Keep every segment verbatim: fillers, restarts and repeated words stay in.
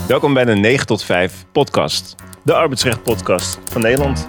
Welkom bij de negen tot vijf podcast. De arbeidsrecht podcast van Nederland.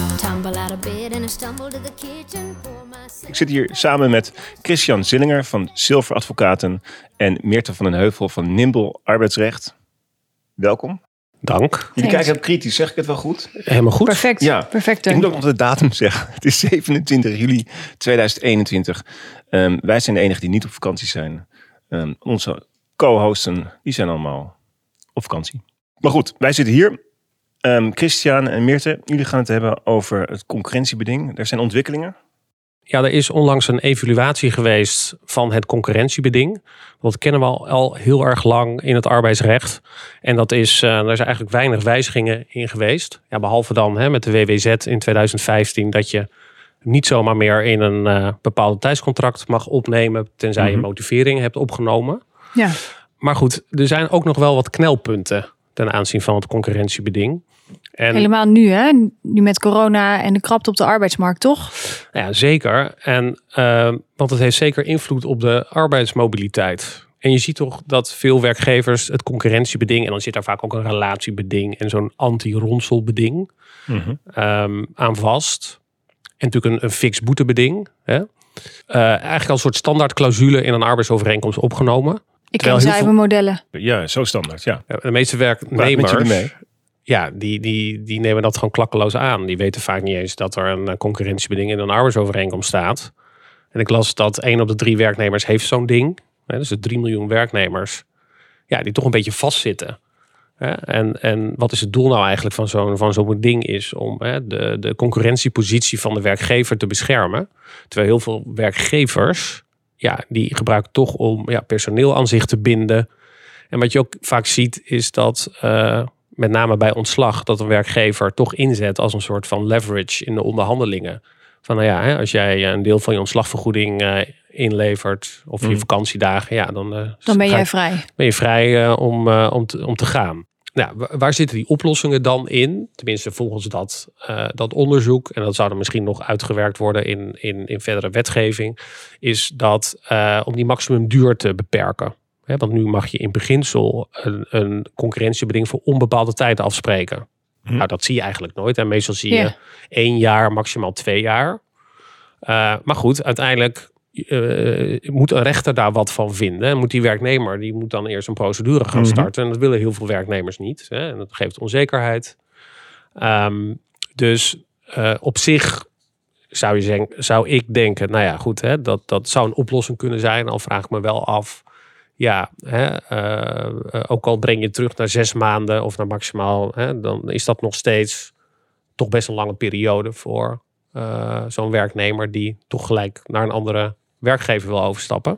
Ik zit hier samen met Christian Zillinger van Zilver Advocaten en Meerte van den Heuvel van Nimble Arbeidsrecht. Welkom. Dank. Jullie kijken heel kritisch, zeg ik het wel goed? Helemaal goed. Perfect. Ja. Perfect. Ik moet ook nog de datum zeggen. Het is zevenentwintig juli tweeduizend eenentwintig. Um, wij zijn de enigen die niet op vakantie zijn. Um, onze co-hosten, die zijn allemaal op vakantie. Maar goed, wij zitten hier. Um, Christian en Meerte, jullie gaan het hebben over het concurrentiebeding. Er zijn ontwikkelingen. Ja, er is onlangs een evaluatie geweest van het concurrentiebeding. Dat kennen we al, al heel erg lang in het arbeidsrecht. En dat is, uh, er zijn eigenlijk weinig wijzigingen in geweest. Ja, behalve dan hè, met de W W Z in tweeduizend vijftien... dat je niet zomaar meer in een uh, bepaalde tijdscontract mag opnemen... tenzij mm-hmm. je motivering hebt opgenomen. Ja. Maar goed, er zijn ook nog wel wat knelpunten ten aanzien van het concurrentiebeding. En, Helemaal nu, hè? Nu met corona en de krapte op de arbeidsmarkt, toch? Ja, zeker. En, uh, want het heeft zeker invloed op de arbeidsmobiliteit. En je ziet toch dat veel werkgevers het concurrentiebeding... en dan zit daar vaak ook een relatiebeding en zo'n anti-ronselbeding mm-hmm. um, aan vast. En natuurlijk een, een fix boetebeding. Hè? Uh, eigenlijk als een soort standaardclausule in een arbeidsovereenkomst opgenomen. Ik ken cijfermodellen. Ja, zo standaard, ja. De meeste werknemers... Ja, die, die, die nemen dat gewoon klakkeloos aan. Die weten vaak niet eens dat er een concurrentiebeding in een arbeidsovereenkomst staat. En ik las dat één op de drie werknemers heeft zo'n ding. Dus de drie miljoen werknemers ja, die toch een beetje vastzitten. En, en wat is het doel nou eigenlijk van zo'n, van zo'n ding is om hè, de, de concurrentiepositie van de werkgever te beschermen. Terwijl heel veel werkgevers, ja, die gebruiken toch om ja, personeel aan zich te binden. En wat je ook vaak ziet is dat... Uh, met name bij ontslag, dat een werkgever toch inzet als een soort van leverage in de onderhandelingen. Van nou ja, als jij een deel van je ontslagvergoeding uh, inlevert of je mm. vakantiedagen, ja, dan, uh, dan ben jij je, vrij. Ben je vrij uh, om, uh, om, te, om te gaan. Nou, waar zitten die oplossingen dan in? Tenminste, volgens dat, uh, dat onderzoek, en dat zou dan misschien nog uitgewerkt worden in, in, in verdere wetgeving, is dat uh, om die maximumduur te beperken. He, want nu mag je in beginsel een, een concurrentiebeding voor onbepaalde tijd afspreken. Hm. Nou, dat zie je eigenlijk nooit. En meestal zie je yeah. één jaar, maximaal twee jaar. Uh, maar goed, uiteindelijk uh, moet een rechter daar wat van vinden. En moet die werknemer, die moet dan eerst een procedure gaan starten. Mm-hmm. En dat willen heel veel werknemers niet. Hè? En dat geeft onzekerheid. Um, dus uh, op zich zou, je zeggen, zou ik denken, nou ja, goed, hè, dat, dat zou een oplossing kunnen zijn. Al vraag ik me wel af. Ja, hè, uh, uh, ook al breng je terug naar zes maanden of naar maximaal, hè, dan is dat nog steeds toch best een lange periode voor uh, zo'n werknemer die toch gelijk naar een andere werkgever wil overstappen.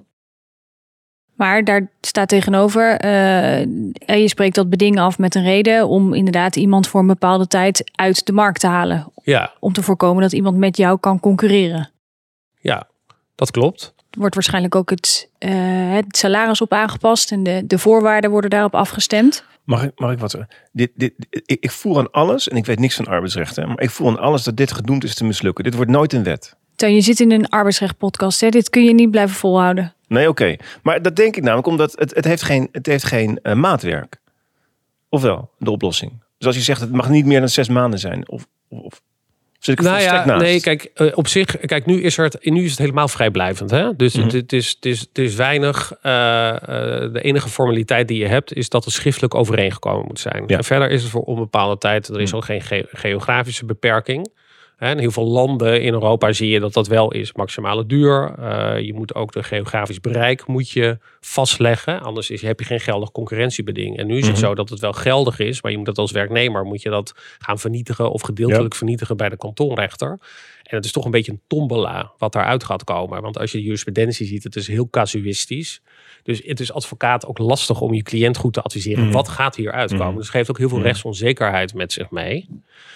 Maar daar staat tegenover, uh, je spreekt dat beding af met een reden om inderdaad iemand voor een bepaalde tijd uit de markt te halen. Ja. Om te voorkomen dat iemand met jou kan concurreren. Ja, dat klopt. Wordt waarschijnlijk ook het, uh, het salaris op aangepast en de, de voorwaarden worden daarop afgestemd. Mag ik, mag ik wat zeggen? Dit, dit, ik, ik voel aan alles, en ik weet niks van arbeidsrecht, hè, maar ik voel aan alles dat dit gedoemd is te mislukken. Dit wordt nooit een wet. Teun, je zit in een arbeidsrechtpodcast, hè? Dit kun je niet blijven volhouden. Nee, oké. Okay. Maar dat denk ik namelijk omdat het, het heeft geen, het heeft geen uh, maatwerk. Ofwel, de oplossing. Dus als je zegt het mag niet meer dan zes maanden zijn, of... of Zit ik nou ja, naast? nee, kijk, uh, op zich, kijk, nu is, er het, nu is het helemaal vrijblijvend. Hè? Dus mm-hmm. het, het, is, het, is, het is weinig. Uh, uh, de enige formaliteit die je hebt, is dat er schriftelijk overeengekomen moet zijn. Ja. En verder is het voor onbepaalde tijd. Er is ook geen ge- geografische beperking. Hè? In heel veel landen in Europa zie je dat dat wel is. Maximale duur. Uh, je moet ook de geografisch bereik moet je vastleggen. Anders is, heb je geen geldig concurrentiebeding. En nu is mm-hmm. het zo dat het wel geldig is. Maar je moet dat als werknemer moet je dat gaan vernietigen. Of gedeeltelijk ja. vernietigen bij de kantonrechter. En het is toch een beetje een tombola wat daaruit gaat komen. Want als je de jurisprudentie ziet, het is heel casuïstisch. Dus het is advocaat ook lastig om je cliënt goed te adviseren. Mm-hmm. Wat gaat hier uitkomen? Mm-hmm. Dus het geeft ook heel veel mm-hmm. rechtsonzekerheid met zich mee.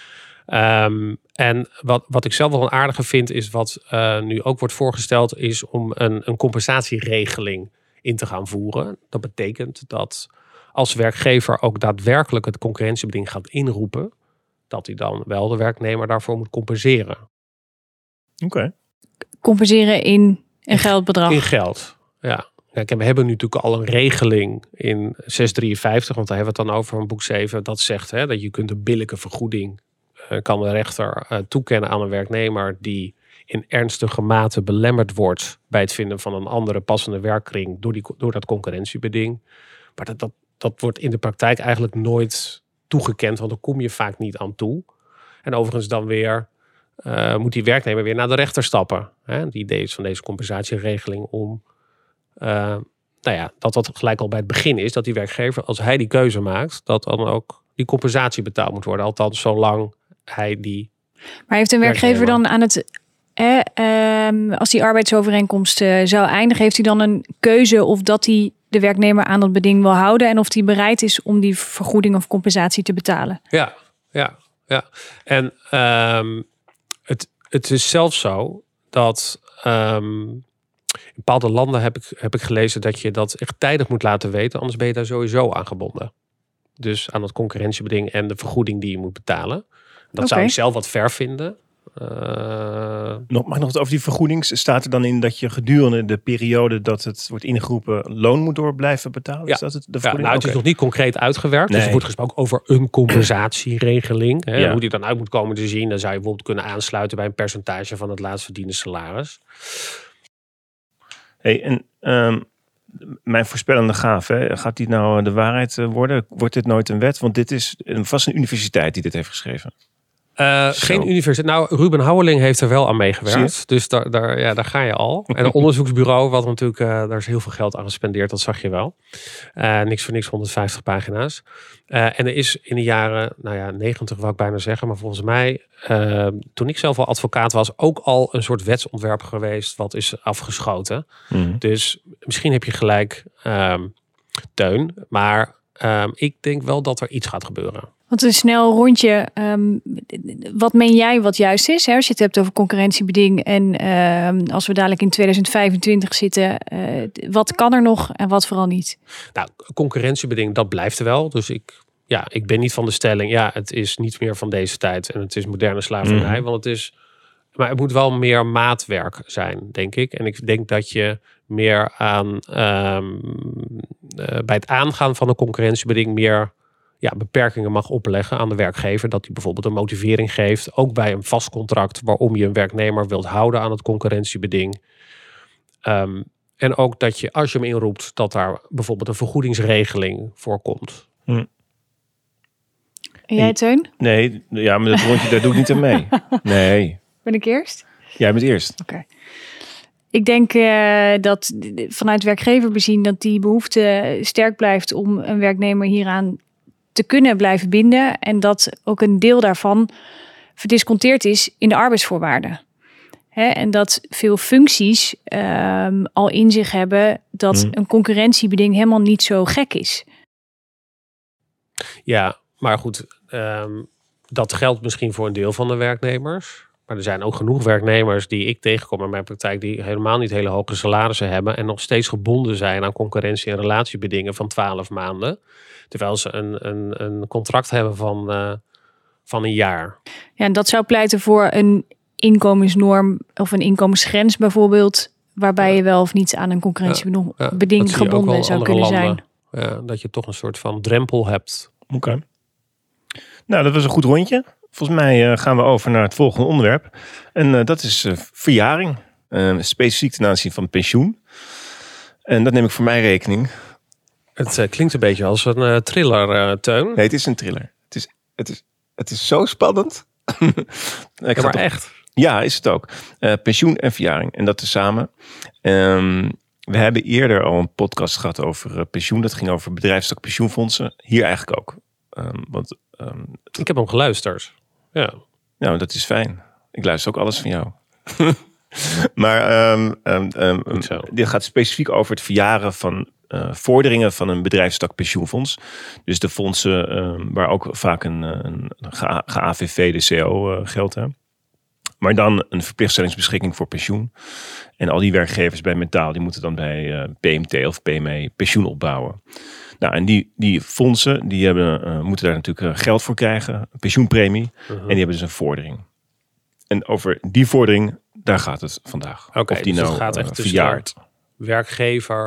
Um, en wat, wat ik zelf wel een aardige vind is wat uh, nu ook wordt voorgesteld is om een, een compensatieregeling in te gaan voeren. Dat betekent dat als werkgever ook daadwerkelijk het concurrentiebeding gaat inroepen, dat hij dan wel de werknemer daarvoor moet compenseren. Oké. Okay. Compenseren in een geldbedrag? In geld, ja. Kijk, we hebben nu natuurlijk al een regeling in zeshonderddrieënvijftig, want daar hebben we het dan over van boek zeven. Dat zegt hè, dat je kunt een billijke vergoeding, uh, kan de rechter uh, toekennen aan een werknemer die in ernstige mate belemmerd wordt bij het vinden van een andere passende werkkring door, die, door dat concurrentiebeding. Maar dat, dat, dat wordt in de praktijk eigenlijk nooit toegekend, want daar kom je vaak niet aan toe. En overigens dan weer uh, moet die werknemer weer naar de rechter stappen. Hè? Het idee is van deze compensatieregeling om Uh, nou ja, dat dat gelijk al bij het begin is, dat die werkgever, als hij die keuze maakt, dat dan ook die compensatie betaald moet worden. Althans, zolang hij die. Maar heeft een werkgever dan aan het, eh, eh, als die arbeidsovereenkomst uh, zou eindigen, heeft hij dan een keuze of dat hij de werknemer aan dat beding wil houden en of hij bereid is om die vergoeding of compensatie te betalen? Ja, ja, ja. En um, het, het is zelfs zo dat Um, in bepaalde landen heb ik, heb ik gelezen dat je dat echt tijdig moet laten weten. Anders ben je daar sowieso aan gebonden. Dus aan het concurrentiebeding en de vergoeding die je moet betalen. Dat okay. zou ik zelf wat ver vinden. Uh... Nog, mag nog wat over die vergoeding? Staat er dan in dat je gedurende de periode dat het wordt ingeroepen loon moet door blijven betalen? Ja, is dat het, de ja nou, het okay. is nog niet concreet uitgewerkt. Nee. Dus er wordt gesproken over een compensatieregeling. Hè, ja. Hoe die dan uit moet komen te zien. Dan zou je bijvoorbeeld kunnen aansluiten bij een percentage van het laatst verdiende salaris. Hey, en um, mijn voorspellende gaaf, hè, gaat die nou de waarheid worden? Wordt dit nooit een wet? Want dit is een, vast een universiteit die dit heeft geschreven. Uh, geen universiteit. Nou, Ruben Houweling heeft er wel aan meegewerkt. Dus daar, daar, ja, daar ga je al. En een onderzoeksbureau, wat natuurlijk, uh, daar is heel veel geld aan gespendeerd. Dat zag je wel. Uh, niks voor niks, honderdvijftig pagina's. Uh, en er is in de jaren, nou ja, negentig wou ik bijna zeggen. Maar volgens mij, uh, toen ik zelf al advocaat was, ook al een soort wetsontwerp geweest wat is afgeschoten. Mm. Dus misschien heb je gelijk, um, Teun. Maar um, ik denk wel dat er iets gaat gebeuren. Want een snel rondje, um, wat meen jij wat juist is? Hè? Als je het hebt over concurrentiebeding en uh, als we dadelijk in tweeduizend vijfentwintig zitten, uh, wat kan er nog en wat vooral niet? Nou, concurrentiebeding, dat blijft er wel. Dus ik, ja, ik ben niet van de stelling, ja, het is niet meer van deze tijd en het is moderne slavernij. Mm. Want het is, maar het moet wel meer maatwerk zijn, denk ik. En ik denk dat je meer aan, um, uh, bij het aangaan van een concurrentiebeding meer ja, beperkingen mag opleggen aan de werkgever. Dat hij bijvoorbeeld een motivering geeft. Ook bij een vast contract waarom je een werknemer wilt houden aan het concurrentiebeding. Um, en ook dat je, als je hem inroept, dat daar bijvoorbeeld een vergoedingsregeling voorkomt. Hm. En jij, Teun? Nee, ja, maar dat rondje, daar doe ik niet aan mee. Nee. Ben ik eerst? Jij bent eerst. Oké. Okay. Ik denk uh, dat vanuit werkgever bezien dat die behoefte sterk blijft om een werknemer hieraan te kunnen blijven binden. En dat ook een deel daarvan verdisconteerd is in de arbeidsvoorwaarden. Hè, en dat veel functies um, al in zich hebben dat mm. een concurrentiebeding helemaal niet zo gek is. Ja, maar goed, um, dat geldt misschien voor een deel van de werknemers. Maar er zijn ook genoeg werknemers die ik tegenkom in mijn praktijk die helemaal niet hele hoge salarissen hebben en nog steeds gebonden zijn aan concurrentie- en relatiebedingen van twaalf maanden. Terwijl ze een, een, een contract hebben van, uh, van een jaar. Ja, en dat zou pleiten voor een inkomensnorm of een inkomensgrens bijvoorbeeld, waarbij ja. je wel of niet aan een concurrentiebeding ja, ja, gebonden zou kunnen landen. zijn. Ja, dat je toch een soort van drempel hebt. Oké. Okay. Nou, dat was een goed rondje. Volgens mij uh, gaan we over naar het volgende onderwerp. En uh, dat is uh, verjaring. Uh, specifiek ten aanzien van pensioen. En dat neem ik voor mijn rekening. Het uh, klinkt een beetje als een uh, thriller, uh, Teun. Nee, het is een thriller. Het is, het is, het is zo spannend. ik ja, maar toch... echt? Ja, is het ook. Uh, pensioen en verjaring. En dat tezamen. Um, we hebben eerder al een podcast gehad over uh, pensioen. Dat ging over bedrijfstak pensioenfondsen. Hier eigenlijk ook. Um, want, um, ik heb hem geluisterd. Ja. Nou, dat is fijn. Ik luister ook alles van jou. maar um, um, um, dit gaat specifiek over het verjaren van uh, vorderingen van een bedrijfstak pensioenfonds. Dus de fondsen um, waar ook vaak een, een G A V V, de C O, uh, geldt. Hè? Maar dan een verplichtstellingsbeschikking voor pensioen. En al die werkgevers bij Metaal, die moeten dan bij uh, P M T of P M E pensioen opbouwen. Nou, en die, die fondsen, die hebben, uh, moeten daar natuurlijk uh, geld voor krijgen, een pensioenpremie. Uh-huh. En die hebben dus een vordering. En over die vordering, daar gaat het vandaag. Okay, of die dus nou het gaat uh, echt verjaard. werkgever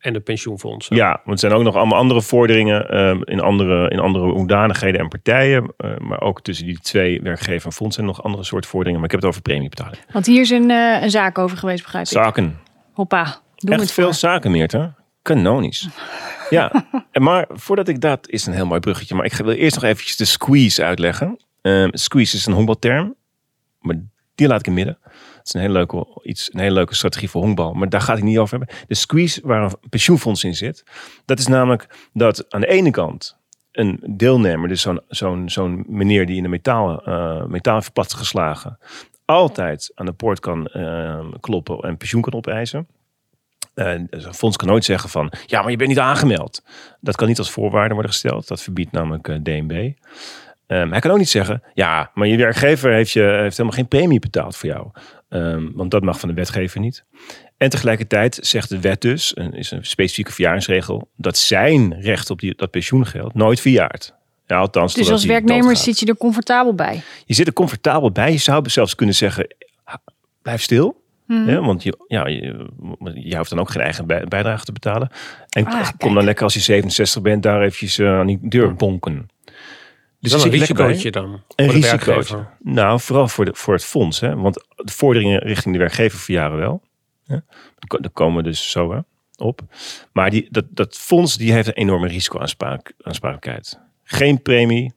en de pensioenfondsen. Ja, want er zijn ook nog allemaal andere vorderingen um, in, andere, in andere hoedanigheden en partijen. Uh, maar ook tussen die twee werkgever en fondsen en nog andere soort vorderingen. Maar ik heb het over premiebetaling. Want hier is een, uh, een zaak over geweest, begrijp ik. Zaken. Hoppa, doen Echt het veel voor. zaken, Meerte. Canonisch. Ja, maar voordat ik dat... is een heel mooi bruggetje. Maar ik wil eerst nog eventjes de squeeze uitleggen. Um, squeeze is een honkbalterm. Maar die laat ik in midden. Het is een hele leuke, iets, een hele leuke strategie voor honkbal. Maar daar gaat ik niet over hebben. De squeeze waar een pensioenfonds in zit. Dat is namelijk dat aan de ene kant een deelnemer, dus zo'n, zo'n, zo'n meneer die in de metaal, uh, metaal heeft platgeslagen, altijd aan de poort kan uh, kloppen en pensioen kan opeisen. Uh, dus een fonds kan nooit zeggen van, ja, maar je bent niet aangemeld. Dat kan niet als voorwaarde worden gesteld. Dat verbiedt namelijk uh, D N B. Um, hij kan ook niet zeggen, ja, maar je werkgever heeft, je, heeft helemaal geen premie betaald voor jou. Um, want dat mag van de wetgever niet. En tegelijkertijd zegt de wet dus, en is een specifieke verjaringsregel, dat zijn recht op die, dat pensioengeld nooit verjaart. Ja, althans, dus als werknemer zit je er comfortabel bij? Je zit er comfortabel bij. Je zou zelfs kunnen zeggen, blijf stil. Hmm. Ja, want je, ja, je, je hoeft dan ook geen eigen bijdrage te betalen. En ah, kom dan lekker als je zevenenzestig bent, daar eventjes uh, aan die deur bonken. Dus dat is een risicootje dan? Een risicootje. Nou, vooral voor, de, voor het fonds. Hè? Want de vorderingen richting de werkgever verjaren wel. Hè? Daar komen we dus zo hè, op. Maar die, dat, dat fonds die heeft een enorme risicoaansprakelijkheid. Geen premie.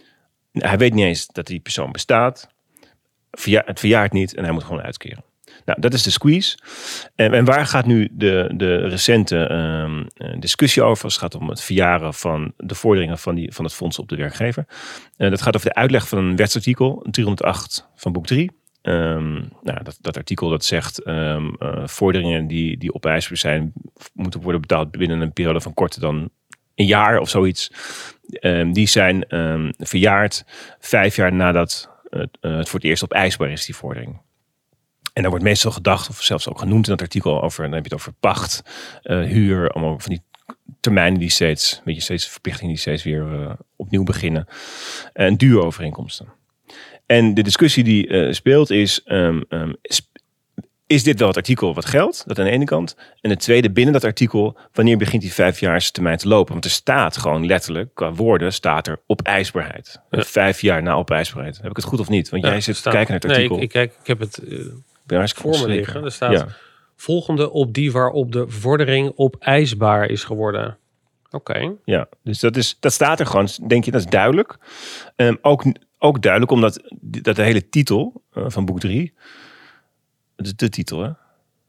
Hij weet niet eens dat die persoon bestaat. Verja, het verjaart niet en hij moet gewoon uitkeren. Nou, dat is de squeeze. En, en waar gaat nu de, de recente um, discussie over? Het gaat om het verjaren van de vorderingen van, die, van het fonds op de werkgever. Uh, dat gaat over de uitleg van een wetsartikel, driehonderdacht van boek drie. Um, nou, dat, dat artikel dat zegt um, uh, vorderingen die, die opeisbaar zijn, moeten worden betaald binnen een periode van korter dan een jaar of zoiets. Um, die zijn um, verjaard vijf jaar nadat het, uh, het voor het eerst opeisbaar is, die vordering. En daar wordt meestal gedacht, of zelfs ook genoemd in dat artikel, over, dan heb je het over pacht, uh, huur, allemaal van die termijnen die steeds, weet je, steeds verplichtingen die steeds weer uh, opnieuw beginnen. En duurovereenkomsten. En de discussie die uh, speelt is, um, um, is, is dit wel het artikel wat geldt? Dat aan de ene kant. En het tweede, binnen dat artikel, wanneer begint die vijfjaars termijn te lopen? Want er staat gewoon letterlijk, qua woorden, staat er opeisbaarheid. Ja. Vijf jaar na opeisbaarheid. Heb ik het goed of niet? Want ja, jij zit te kijken naar het artikel. Nee, ik, ik, kijk, ik heb het uh, voor me liggen. Er staat ja. volgende op die waarop de vordering opeisbaar is geworden. Oké. Okay. Ja, dus dat, is, dat staat er gewoon. Denk je, dat is duidelijk. Um, ook, ook duidelijk omdat dat de hele titel uh, van boek drie... Het is de titel, hè?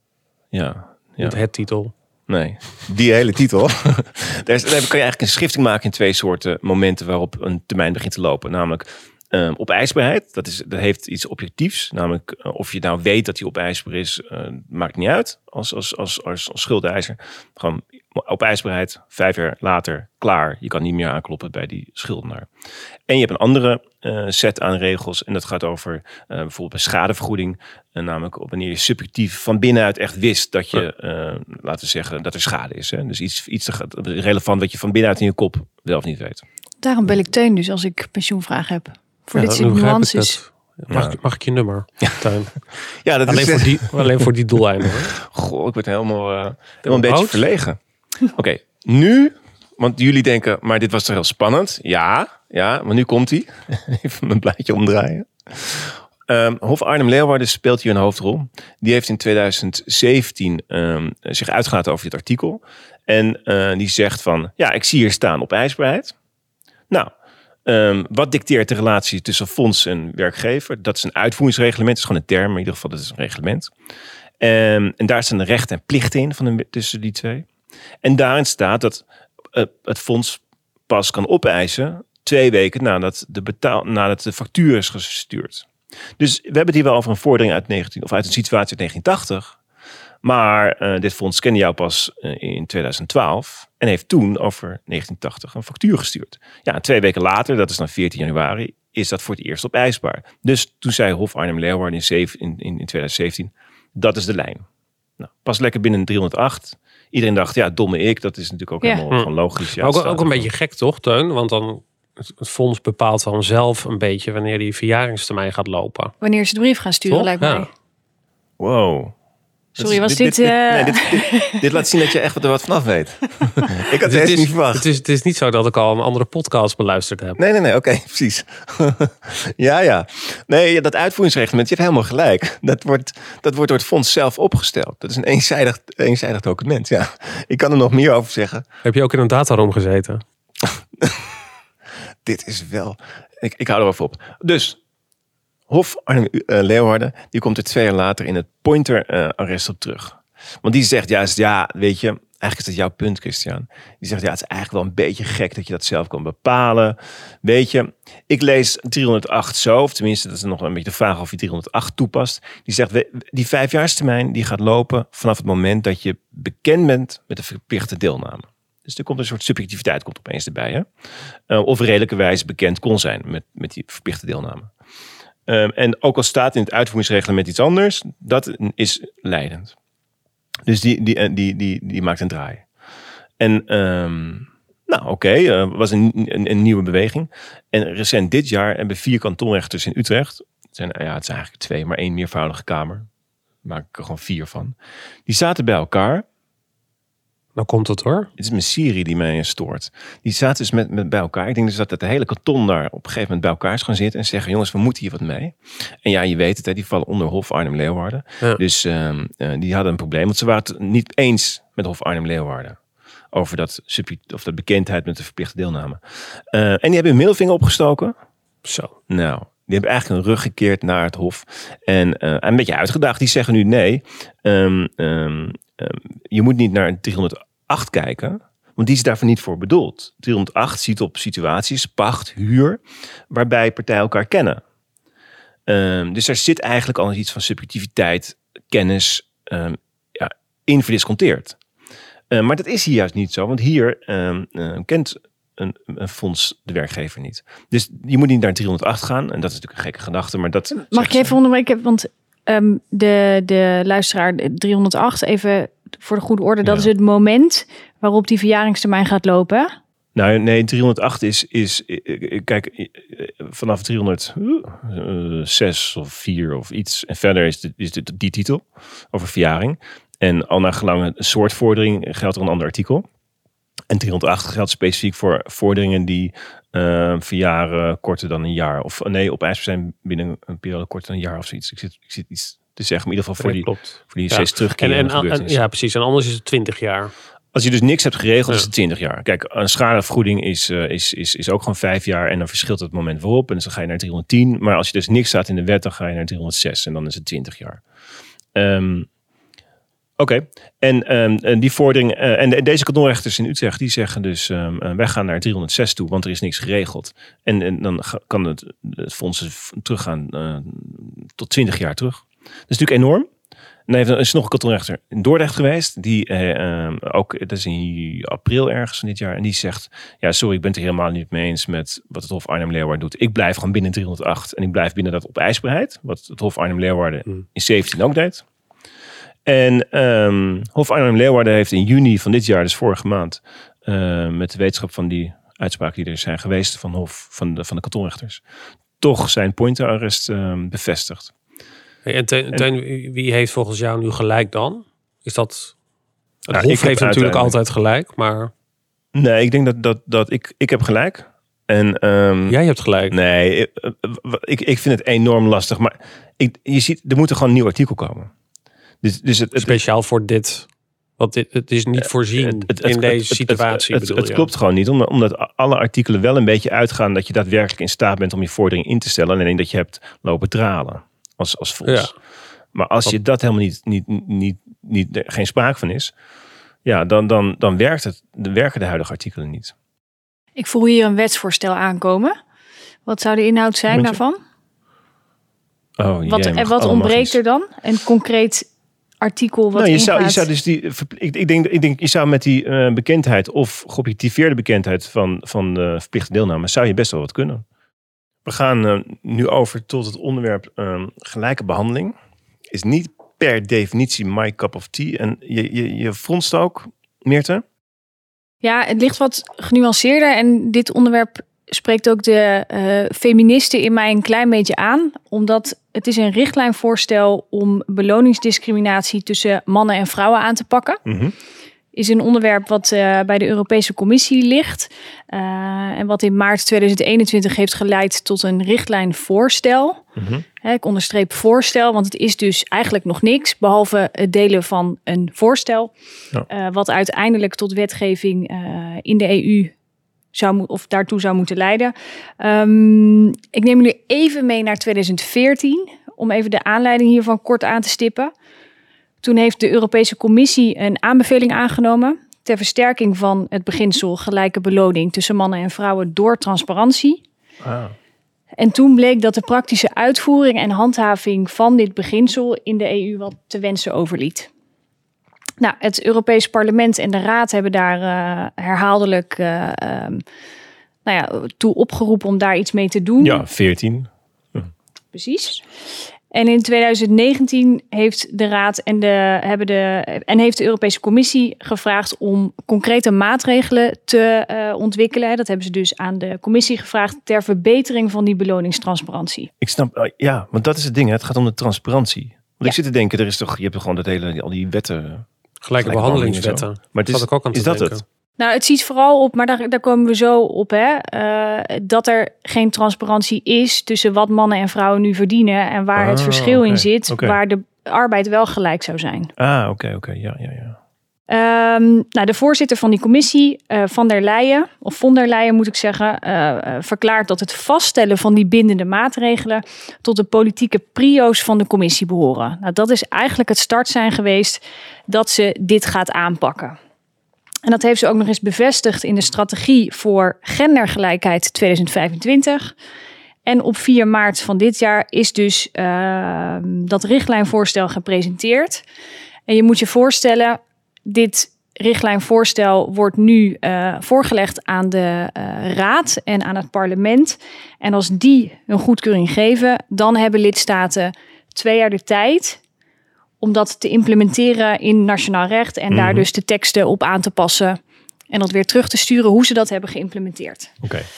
Ja. ja. Niet het titel. Nee, die hele titel. Daar, is, daar kan je eigenlijk een schifting maken in twee soorten momenten waarop een termijn begint te lopen. Namelijk um, opeisbaarheid. Dat, is, dat heeft iets objectiefs. Namelijk uh, of je nou weet dat die opeisbaar is, uh, maakt niet uit als, als, als, als, als schuldeiser. Gewoon opeisbaarheid, vijf jaar later, klaar. Je kan niet meer aankloppen bij die schuldenaar. En je hebt een andere uh, set aan regels. En dat gaat over uh, bijvoorbeeld bij schadevergoeding. Uh, namelijk op wanneer je subjectief van binnenuit echt wist dat je, uh, laten we zeggen, dat er schade is. Hè? Dus iets, iets relevant wat je van binnenuit in je kop wel of niet weet. Daarom bel ik Teun dus als ik pensioenvraag heb. Voor ja, dit soort nuances. Mag, ja. ik, mag ik je nummer, Teun? Ja, dat alleen, is voor die, alleen voor die doeleinden. Goh, ik word helemaal, uh, helemaal een beetje oud? verlegen. Oké, okay, nu, want jullie denken, maar dit was toch heel spannend? Ja, ja, maar nu komt hij. Even mijn blaadje omdraaien. Um, Hof Arnhem-Leeuwarden speelt hier een hoofdrol. Die heeft in tweeduizend zeventien um, zich uitgelaten over dit artikel. En uh, die zegt van, ja, ik zie hier staan opeisbaarheid. Nou, um, wat dicteert de relatie tussen fonds en werkgever? Dat is een uitvoeringsreglement, dat is gewoon een term, maar in ieder geval dat is een reglement. Um, en daar staan de rechten en plichten in van de, tussen die twee. En daarin staat dat uh, het fonds pas kan opeisen twee weken nadat de, betaal, nadat de factuur is gestuurd. Dus we hebben het hier wel over een vordering uit, negentien, of uit een situatie uit negentien tachtig. Maar uh, dit fonds kende jou pas uh, in tweeduizend twaalf en heeft toen over negentien tachtig een factuur gestuurd. Ja, twee weken later, dat is dan veertien januari, is dat voor het eerst opeisbaar. Dus toen zei Hof Arnhem-Leeuwarden in, in, in tweeduizend zeventien, dat is de lijn. Nou, pas lekker binnen driehonderdacht. Iedereen dacht, ja, domme ik, dat is natuurlijk ook ja. helemaal gewoon logisch. Ja, ook, ook een beetje gek, toch, Teun? Want dan het fonds bepaalt dan zelf een beetje wanneer die verjaringstermijn gaat lopen. Wanneer ze de brief gaan sturen, toch? Lijkt mij. Ja. Wow. Sorry, was dit... dit, dit, uh... nee, dit, dit, dit laat zien dat je echt er wat vanaf weet. Ik had het echt niet verwacht. Het is, het is niet zo dat ik al een andere podcast beluisterd heb. Nee, nee, nee, oké, okay, precies. ja, ja. Nee, dat uitvoeringsreglement, je hebt helemaal gelijk. Dat wordt, dat wordt door het fonds zelf opgesteld. Dat is een eenzijdig, eenzijdig document, ja. Ik kan er nog meer over zeggen. Heb je ook in een dataroom gezeten? Dit is wel... Ik, ik hou er even op. Dus... Hof Arnhem uh, Leeuwarden, die komt er twee jaar later in het Pointer-arrest uh, op terug. Want die zegt juist, ja, weet je, eigenlijk is dat jouw punt, Christian. Die zegt, ja, het is eigenlijk wel een beetje gek dat je dat zelf kan bepalen. Weet je, ik lees driehonderdacht zo, of tenminste, dat is nog een beetje de vraag of je driehonderdacht toepast. Die zegt, die vijfjaarstermijn die gaat lopen vanaf het moment dat je bekend bent met de verplichte deelname. Dus er komt een soort subjectiviteit komt opeens erbij. Hè? Uh, of redelijkerwijs bekend kon zijn met, met die verplichte deelname. Um, en ook al staat in het uitvoeringsreglement iets anders, dat is leidend. Dus die, die, die, die, die maakt een draai. En um, nou oké, okay, uh, was een, een, een nieuwe beweging. En recent dit jaar hebben vier kantonrechters in Utrecht, het zijn, ja, het zijn eigenlijk twee, maar één meervoudige kamer. Daar maak ik er gewoon vier van. Die zaten bij elkaar. Nou komt het hoor. Het is mijn Siri die mij stoort. Die zaten dus met, met bij elkaar. Ik denk dus dat het hele kanton daar op een gegeven moment bij elkaar is gaan zitten en zeggen, jongens, we moeten hier wat mee. En ja, je weet het, hè, die vallen onder Hof Arnhem Leeuwarden. Ja. Dus uh, uh, die hadden een probleem. Want ze waren het niet eens met Hof Arnhem Leeuwarden over dat, of dat bekendheid met de verplichte deelname. Uh, en die hebben hun middelvinger opgestoken. Zo. Nou, die hebben eigenlijk een rug gekeerd naar het Hof. En uh, een beetje uitgedaagd. Die zeggen nu nee. Um, um, um, je moet niet naar driehonderdacht kijken, want die is daarvoor niet voor bedoeld. driehonderdacht ziet op situaties, pacht, huur, waarbij partijen elkaar kennen. Um, dus er zit eigenlijk al iets van subjectiviteit, kennis, um, ja, in verdisconteerd. Um, maar dat is hier juist niet zo, want hier um, uh, kent een, een fonds de werkgever niet. Dus je moet niet naar driehonderdacht gaan, en dat is natuurlijk een gekke gedachte, maar dat... Mag ik even onderbreken, want um, de, de luisteraar driehonderdacht, even voor de goede orde, dat ja. is het moment waarop die verjaringstermijn gaat lopen. Nou nee, driehonderdacht is, is kijk, vanaf driehonderdzes of vier of iets en verder is, de, is de, die titel over verjaring. En al naar gelang een soort vordering geldt er een ander artikel. En driehonderdacht geldt specifiek voor vorderingen die uh, verjaren korter dan een jaar. Of nee, op eis zijn binnen een periode korter dan een jaar of zoiets. Ik zit, ik zit iets te zeggen, maar in ieder geval voor die, klopt. voor die steeds ja. terugkerende en, en, en, Ja, precies. En anders is het twintig jaar. Als je dus niks hebt geregeld, ja. is het twintig jaar. Kijk, een schadevergoeding is, uh, is, is, is ook gewoon vijf jaar. En dan verschilt het moment waarop. En dus dan ga je naar driehonderdtien. Maar als je dus niks staat in de wet, dan ga je naar driehonderdzes. En dan is het twintig jaar. Um, Oké, okay. en, um, en die vordering uh, en de, deze kantonrechters in Utrecht die zeggen dus um, uh, wij gaan naar driehonderdzes toe, want er is niks geregeld. En, en dan ga, kan het, het fonds teruggaan uh, tot twintig jaar terug. Dat is natuurlijk enorm. En dan heeft, er is nog een kantonrechter in Dordrecht geweest, die uh, um, ook, dat is in april ergens van dit jaar, en die zegt, ja sorry, ik ben het er helemaal niet mee eens met wat het Hof Arnhem Leeuwarden doet. Ik blijf gewoon binnen driehonderdacht en ik blijf binnen dat opeisbaarheid, wat het Hof Arnhem Leeuwarden hmm. in zeventien ook deed. En um, Hof Arnhem Leeuwarden heeft in juni van dit jaar, dus vorige maand, uh, met de wetenschap van die uitspraken die er zijn geweest van Hof van de, van de kantonrechters, toch zijn Pointer-arrest um, bevestigd. Hey, en Teun, Teun, wie heeft volgens jou nu gelijk dan? Is dat... Het nou, Hof heeft natuurlijk altijd gelijk, maar... Nee, ik denk dat, dat, dat ik, ik heb gelijk. En, um, Jij hebt gelijk. Nee, ik, ik, ik vind het enorm lastig. Maar ik, je ziet, er moet er gewoon een nieuw artikel komen. Dus, dus het, het, Speciaal voor dit. Want dit, het is niet voorzien het, het, het, in deze situatie. Het, het, het, het klopt gewoon niet. Omdat, omdat alle artikelen wel een beetje uitgaan dat je daadwerkelijk in staat bent om je vordering in te stellen. Alleen dat je hebt lopen dralen als, als fonds. Ja. Maar als je dat helemaal niet, niet, niet, niet, niet geen sprake van is, ja, dan, dan, dan werkt het, dan werken de huidige artikelen niet. Ik voel hier een wetsvoorstel aankomen. Wat zou de inhoud zijn daarvan? Oh, wat jee, wat ontbreekt er dan? Een concreet artikel wat nou, je ingaat? Zou, je zou dus die, ik, ik, denk, ik denk, je zou met die uh, bekendheid of geobjectiveerde bekendheid van, van de verplichte deelname, zou je best wel wat kunnen. We gaan uh, nu over tot het onderwerp uh, gelijke behandeling. Is niet per definitie my cup of tea. En je, je, je fronst ook, Meerte? Ja, het ligt wat genuanceerder en dit onderwerp spreekt ook de uh, feministen in mij een klein beetje aan. Omdat het is een richtlijnvoorstel om beloningsdiscriminatie tussen mannen en vrouwen aan te pakken. Mm-hmm. Is een onderwerp wat uh, bij de Europese Commissie ligt. Uh, en wat in maart tweeduizend eenentwintig heeft geleid tot een richtlijnvoorstel. Mm-hmm. He, ik onderstreep voorstel, want het is dus eigenlijk nog niks. Behalve het delen van een voorstel. Ja. Uh, wat uiteindelijk tot wetgeving uh, in de E U zou of daartoe zou moeten leiden. Um, ik neem jullie even mee naar tweeduizend veertien. Om even de aanleiding hiervan kort aan te stippen. Toen heeft de Europese Commissie een aanbeveling aangenomen ter versterking van het beginsel gelijke beloning tussen mannen en vrouwen door transparantie. Ah. En toen bleek dat de praktische uitvoering en handhaving van dit beginsel in de E U wat te wensen overliet. Nou, het Europees Parlement en de Raad hebben daar uh, herhaaldelijk uh, um, nou ja, toe opgeroepen om daar iets mee te doen. Ja, veertien. Ja. Precies. En in tweeduizend negentien heeft de Raad en, de, hebben de, en heeft de Europese Commissie gevraagd om concrete maatregelen te uh, ontwikkelen. Dat hebben ze dus aan de Commissie gevraagd ter verbetering van die beloningstransparantie. Ik snap, ja, want dat is het ding. Hè? Het gaat om de transparantie. Want ja. ik zit te denken, er is toch, je hebt gewoon dat hele, al die wetten. Gelijke behandelingswetten. Maar het is, ik ook aan te is dat denken. Het? Nou, het ziet vooral op, maar daar, daar komen we zo op, hè, uh, dat er geen transparantie is tussen wat mannen en vrouwen nu verdienen en waar ah, het verschil okay. in zit, okay. waar de arbeid wel gelijk zou zijn. Ah, oké, okay, oké, okay. ja, ja, ja. Um, nou, de voorzitter van die commissie, uh, Van der Leyen, of von der Leyen moet ik zeggen, uh, uh, verklaart dat het vaststellen van die bindende maatregelen tot de politieke prio's van de commissie behoren. Nou, dat is eigenlijk het startsein geweest dat ze dit gaat aanpakken. En dat heeft ze ook nog eens bevestigd in de strategie voor gendergelijkheid tweeduizend vijfentwintig. En op vier maart van dit jaar is dus uh, dat richtlijnvoorstel gepresenteerd. En je moet je voorstellen, dit richtlijnvoorstel wordt nu uh, voorgelegd aan de uh, Raad en aan het parlement. En als die een goedkeuring geven, dan hebben lidstaten twee jaar de tijd om dat te implementeren in nationaal recht en mm-hmm. daar dus de teksten op aan te passen en dat weer terug te sturen hoe ze dat hebben geïmplementeerd. Oké. Okay.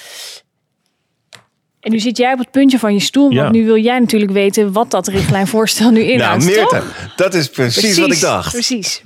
En nu zit jij op het puntje van je stoel, ja. want nu wil jij natuurlijk weten wat dat richtlijnvoorstel nu inhoudt. Nou, Meerte, dat is precies, precies wat ik dacht. Precies.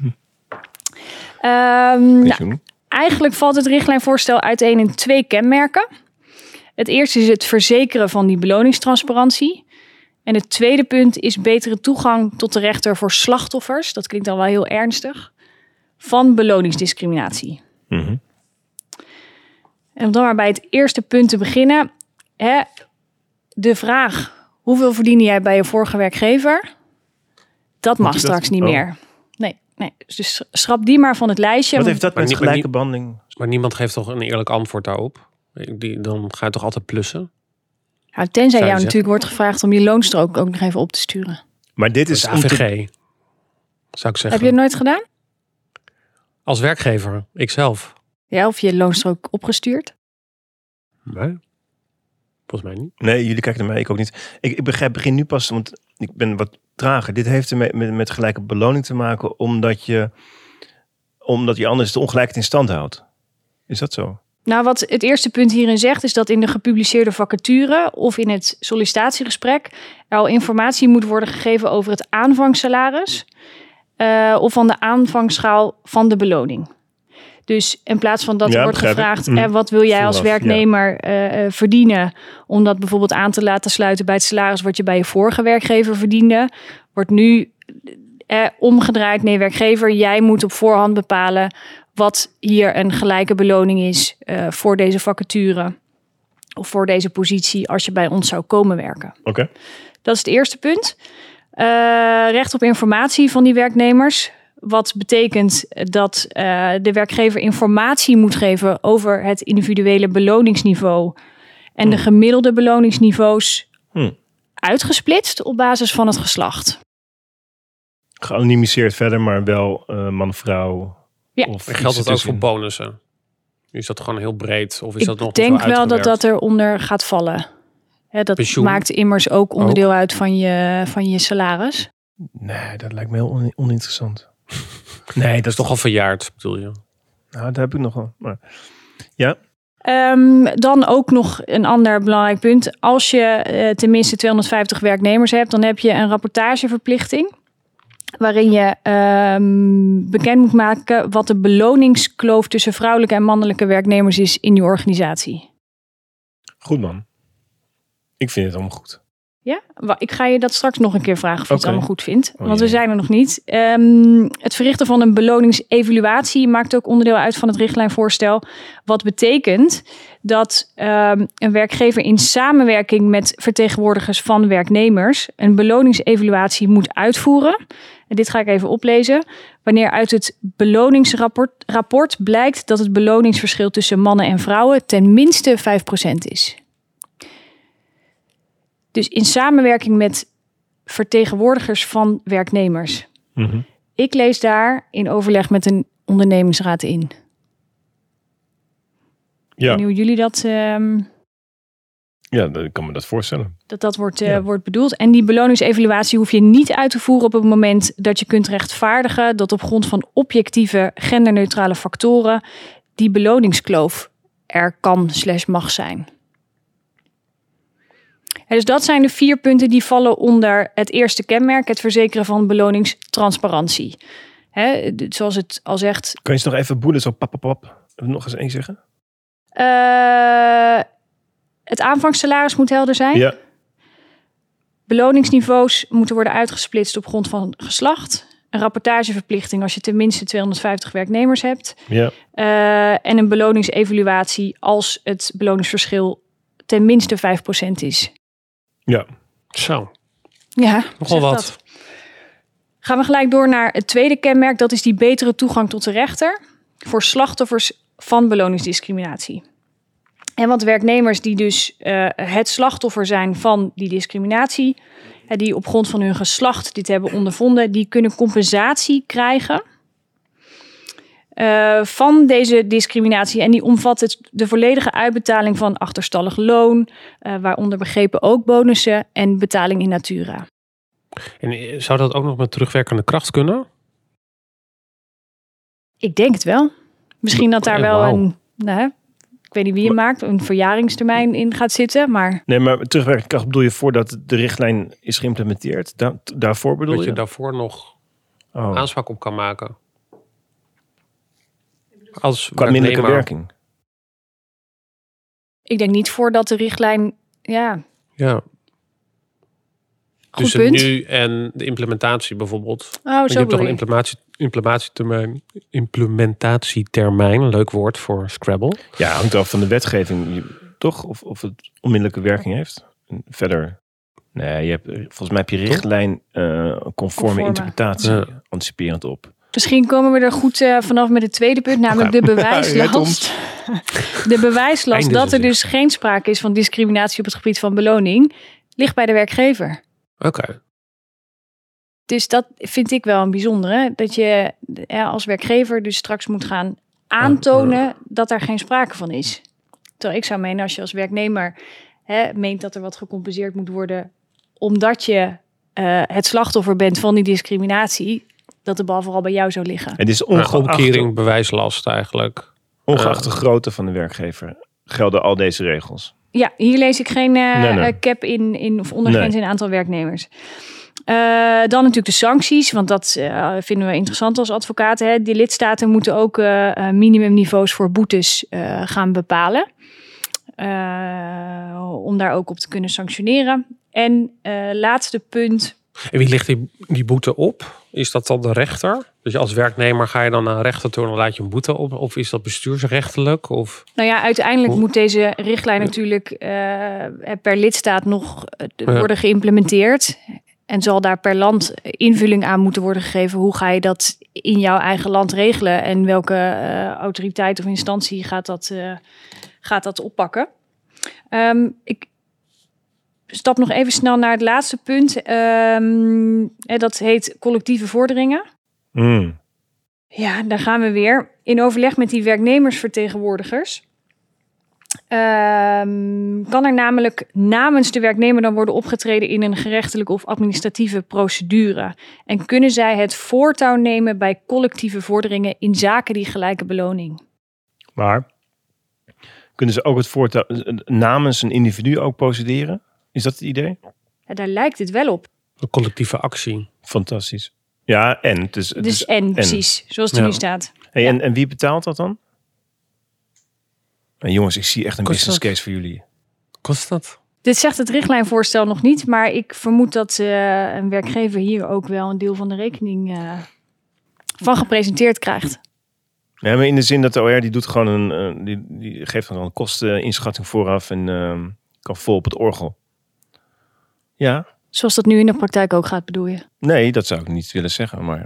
Um, nou, eigenlijk valt het richtlijnvoorstel uiteen in twee kenmerken. Het eerste is het verzekeren van die beloningstransparantie. En het tweede punt is betere toegang tot de rechter voor slachtoffers. Dat klinkt dan wel heel ernstig. Van beloningsdiscriminatie. Mm-hmm. En om dan maar bij het eerste punt te beginnen. Hè, de vraag, hoeveel verdien jij bij je vorige werkgever? Dat mag straks niet oh. meer. Nee, nee, dus schrap die maar van het lijstje. Wat heeft dat met gelijke behandeling? Maar niemand geeft toch een eerlijk antwoord daarop? Die, dan ga je toch altijd plussen? Nou, tenzij jou zeggen? natuurlijk wordt gevraagd om je loonstrook ook nog even op te sturen. Maar dit is A V G, te... zou ik zeggen. Heb je het nooit gedaan? Als werkgever, ikzelf. Ja, of je loonstrook opgestuurd? Nee, volgens mij niet. Nee, jullie kijken naar mij, ik ook niet. Ik, ik begrijp, begin nu pas, want ik ben wat trager. Dit heeft met, met, met gelijke beloning te maken, omdat je, omdat je anders de ongelijkheid in stand houdt. Is dat zo? Nou, wat het eerste punt hierin zegt, is dat in de gepubliceerde vacature of in het sollicitatiegesprek er al informatie moet worden gegeven over het aanvangssalaris uh, of van de aanvangsschaal van de beloning. Dus in plaats van dat ja, er wordt gevraagd, mm. eh, wat wil jij als werknemer ja. uh, verdienen, om dat bijvoorbeeld aan te laten sluiten bij het salaris wat je bij je vorige werkgever verdiende, wordt nu eh, omgedraaid. Nee, werkgever, jij moet op voorhand bepalen wat hier een gelijke beloning is uh, voor deze vacature of voor deze positie als je bij ons zou komen werken. Oké. Okay. Dat is het eerste punt. Uh, recht op informatie van die werknemers. Wat betekent dat uh, de werkgever informatie moet geven over het individuele beloningsniveau en hmm. de gemiddelde beloningsniveaus hmm. uitgesplitst op basis van het geslacht. Geanonimiseerd verder, maar wel uh, man-vrouw. Ja. Of geldt dat ook voor bonussen? Is dat gewoon heel breed? Of is Ik dat nog denk wel dat dat eronder gaat vallen. Hè, dat Pensioen. maakt immers ook onderdeel ook. uit van je, van je salaris. Nee, dat lijkt me heel on- oninteressant. Nee, dat is toch al verjaard, bedoel je? Nou, dat heb ik nog wel. Maar... Ja. Um, dan ook nog een ander belangrijk punt. Als je uh, tenminste tweehonderdvijftig werknemers hebt, dan heb je een rapportageverplichting. Waarin je um, bekend moet maken wat de beloningskloof tussen vrouwelijke en mannelijke werknemers is in je organisatie. Goed man. Ik vind het allemaal goed. Ja, ik ga je dat straks nog een keer vragen of je okay. het allemaal goed vindt. Oh, want jee. we zijn er nog niet. Um, het verrichten van een beloningsevaluatie maakt ook onderdeel uit van het richtlijnvoorstel. Wat betekent dat um, een werkgever in samenwerking met vertegenwoordigers van werknemers een beloningsevaluatie moet uitvoeren. En dit ga ik even oplezen. Wanneer uit het beloningsrapport rapport blijkt dat het beloningsverschil tussen mannen en vrouwen ten minste vijf procent is. Dus in samenwerking met vertegenwoordigers van werknemers. Mm-hmm. Ik lees daar in overleg met een ondernemingsraad in. Ja. En hoe jullie dat... Um, ja, ik kan me dat voorstellen. Dat dat wordt, uh, ja. wordt bedoeld. En die beloningsevaluatie hoef je niet uit te voeren op het moment dat je kunt rechtvaardigen dat op grond van objectieve genderneutrale factoren die beloningskloof er kan slash mag zijn. En dus dat zijn de vier punten die vallen onder het eerste kenmerk, het verzekeren van beloningstransparantie. Hè, zoals het al zegt. Kan je eens nog even boelen zo pap, pap, pap. Nog eens één zeggen? Uh, het aanvangssalaris moet helder zijn. Ja. Beloningsniveaus moeten worden uitgesplitst op grond van geslacht. Een rapportageverplichting als je tenminste tweehonderdvijftig werknemers hebt. Ja. Uh, en een beloningsevaluatie als het beloningsverschil ten minste vijf procent is. Ja. Zo. Ja, nogal wat. Dat. Gaan we gelijk door naar het tweede kenmerk. Dat is die betere toegang tot de rechter voor slachtoffers van beloningsdiscriminatie. En want werknemers die dus uh, het slachtoffer zijn van die discriminatie, uh, die op grond van hun geslacht dit hebben ondervonden, die kunnen compensatie krijgen Uh, van deze discriminatie. En die omvat het, de volledige uitbetaling van achterstallig loon, uh, waaronder begrepen ook bonussen en betaling in natura. En zou dat ook nog met terugwerkende kracht kunnen? Ik denk het wel. Misschien dat daar wel wow. een, nou, ik weet niet wie je maakt, een verjaringstermijn in gaat zitten, maar... Nee, maar terugwerkende kracht bedoel je voordat de richtlijn is geïmplementeerd? Da- daarvoor bedoel dat je? je daarvoor nog oh. aanspraak op kan maken. Als Qua minderlijke werking. Ik denk niet voordat de richtlijn, ja. Ja. Goed Tussen punt. nu en de implementatie bijvoorbeeld. Oh, zo je hebt toch een je. implementatie, implementatietermijn, implementatietermijn, een leuk woord voor Scrabble. Ja, hangt af van de wetgeving, toch? Of, of het onmiddellijke werking heeft. Verder, nee, je hebt, volgens mij heb je richtlijn uh, conforme, conforme interpretatie ja. anticiperend op. Misschien komen we er goed uh, vanaf met het tweede punt, namelijk de bewijslast. De bewijslast dat er dus geen sprake is van discriminatie op het gebied van beloning, ligt bij de werkgever. Oké. Okay. Dus dat vind ik wel een bijzondere. Dat je ja, als werkgever dus straks moet gaan aantonen uh, dat er geen sprake van is. Terwijl ik zou menen, als je als werknemer hè, meent dat er wat gecompenseerd moet worden, omdat je uh, het slachtoffer bent van die discriminatie, dat de bal vooral bij jou zou liggen. Het is ongeacht, omkering bewijslast eigenlijk. Ongeacht de grootte van de werkgever gelden al deze regels. Ja, hier lees ik geen uh, nee, nee. cap in, in of ondergrens nee. in aantal werknemers. Uh, dan natuurlijk de sancties, want dat uh, vinden we interessant als advocaten. Hè. De lidstaten moeten ook uh, minimumniveaus voor boetes uh, gaan bepalen. Uh, om daar ook op te kunnen sanctioneren. En uh, laatste punt. En wie ligt die, die boete op? Is dat dan de rechter? Dus als werknemer ga je dan naar een rechter toe en dan laat je een boete op? Of is dat bestuursrechtelijk? Of... Nou ja, uiteindelijk Hoe? moet deze richtlijn natuurlijk uh, per lidstaat nog uh, worden geïmplementeerd. En zal daar per land invulling aan moeten worden gegeven. Hoe ga je dat in jouw eigen land regelen? En welke uh, autoriteit of instantie gaat dat, uh, gaat dat oppakken? Um, ik stap nog even snel naar het laatste punt. Um, dat heet collectieve vorderingen. Mm. Ja, daar gaan we weer. In overleg met die werknemersvertegenwoordigers Um, kan er namelijk namens de werknemer dan worden opgetreden in een gerechtelijke of administratieve procedure. En kunnen zij het voortouw nemen bij collectieve vorderingen in zaken die gelijke beloning. Maar Kunnen ze ook het voortouw namens een individu ook procederen? Is dat het idee? Ja, daar lijkt het wel op. Een collectieve actie. Fantastisch. Ja, en. Het is, het dus is, en, en, precies. Zoals het ja. nu staat. Hey, ja. en, en wie betaalt dat dan? En jongens, ik zie echt een Kost business dat? case voor jullie. Kost dat? Dit zegt het richtlijnvoorstel nog niet. Maar ik vermoed dat uh, een werkgever hier ook wel een deel van de rekening uh, van gepresenteerd krijgt. Ja, maar in de zin dat de O R die doet gewoon een, uh, die, die geeft dan een kosteninschatting vooraf en uh, kan vol op het orgel. Ja. Zoals dat nu in de praktijk ook gaat, bedoel je? Nee, dat zou ik niet willen zeggen, maar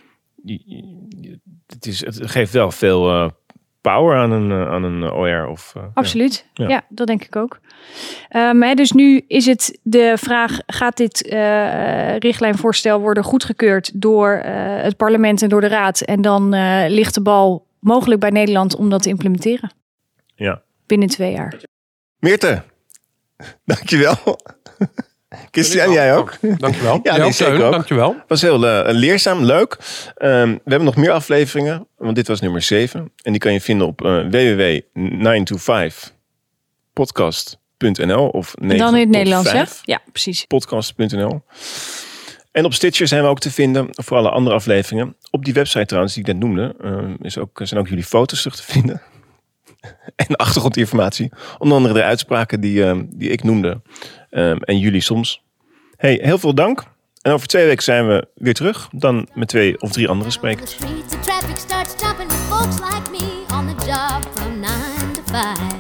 het, is, het geeft wel veel uh, power aan een, uh, aan een O R. Of, uh, Absoluut, ja. Ja. ja, dat denk ik ook. Um, hè, dus nu is het de vraag, gaat dit uh, richtlijnvoorstel worden goedgekeurd door uh, het parlement en door de raad? En dan uh, ligt de bal mogelijk bij Nederland om dat te implementeren. Ja. Binnen twee jaar. Meerte, dankjewel. Christian, jij ook? Oh, dankjewel. Ja, ja nee, zeker ook. Dankjewel. Was heel uh, leerzaam, leuk. Um, we hebben nog meer afleveringen, want dit was nummer zeven. En die kan je vinden op uh, w w w punt nine two five podcast punt n l of En dan in het Nederlands, hè? vijf Ja, precies. podcast punt n l. En op Stitcher zijn we ook te vinden voor alle andere afleveringen. Op die website trouwens, die ik net noemde, uh, is ook, zijn ook jullie foto's terug te vinden. En achtergrondinformatie. Onder andere de uitspraken die, uh, die ik noemde. Um, en jullie soms. Hey, heel veel dank. En over twee weken zijn we weer terug. Dan met twee of drie andere sprekers.